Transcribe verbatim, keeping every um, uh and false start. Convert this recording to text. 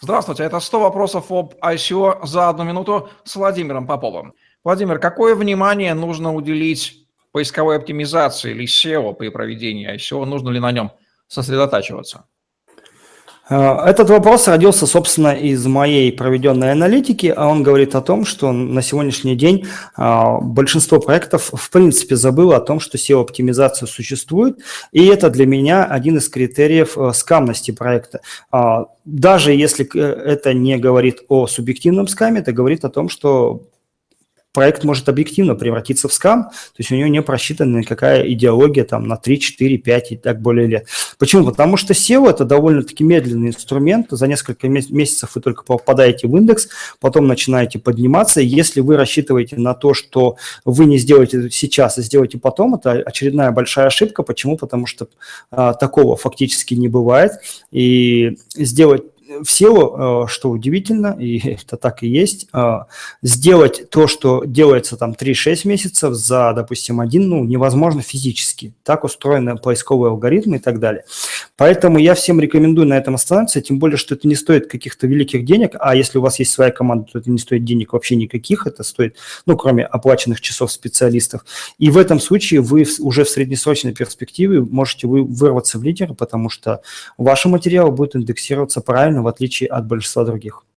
Здравствуйте, это сто вопросов об ай си о за одну минуту с Владимиром Поповым. Владимир, какое внимание нужно уделить поисковой оптимизации или сео при проведении ай си о? Нужно ли на нем сосредотачиваться? Этот вопрос родился, собственно, из моей проведенной аналитики, а он говорит о том, что на сегодняшний день большинство проектов в принципе забыло о том, что сео-оптимизация существует, и это для меня один из критериев скамности проекта. Даже если это не говорит о субъективном скаме, это говорит о том, что проект может объективно превратиться в скам, то есть у него не просчитана никакая идеология там на три, четыре, пять и так более лет. Почему? Потому что сео – это довольно-таки медленный инструмент, за несколько месяцев вы только попадаете в индекс, потом начинаете подниматься, и если вы рассчитываете на то, что вы не сделаете это сейчас, а сделаете потом, это очередная большая ошибка. Почему? Потому что а, такого фактически не бывает, и сделать в сео, что удивительно, и это так и есть, сделать то, что делается там три-шесть месяцев за, допустим, один, ну, невозможно физически. Так устроены поисковые алгоритмы и так далее. Поэтому я всем рекомендую на этом остановиться, тем более, что это не стоит каких-то великих денег, а если у вас есть своя команда, то это не стоит денег вообще никаких, это стоит, ну, кроме оплаченных часов специалистов. И в этом случае вы уже в среднесрочной перспективе можете вы вырваться в лидеры, потому что ваши материалы будут индексироваться правильно, в отличие от большинства других.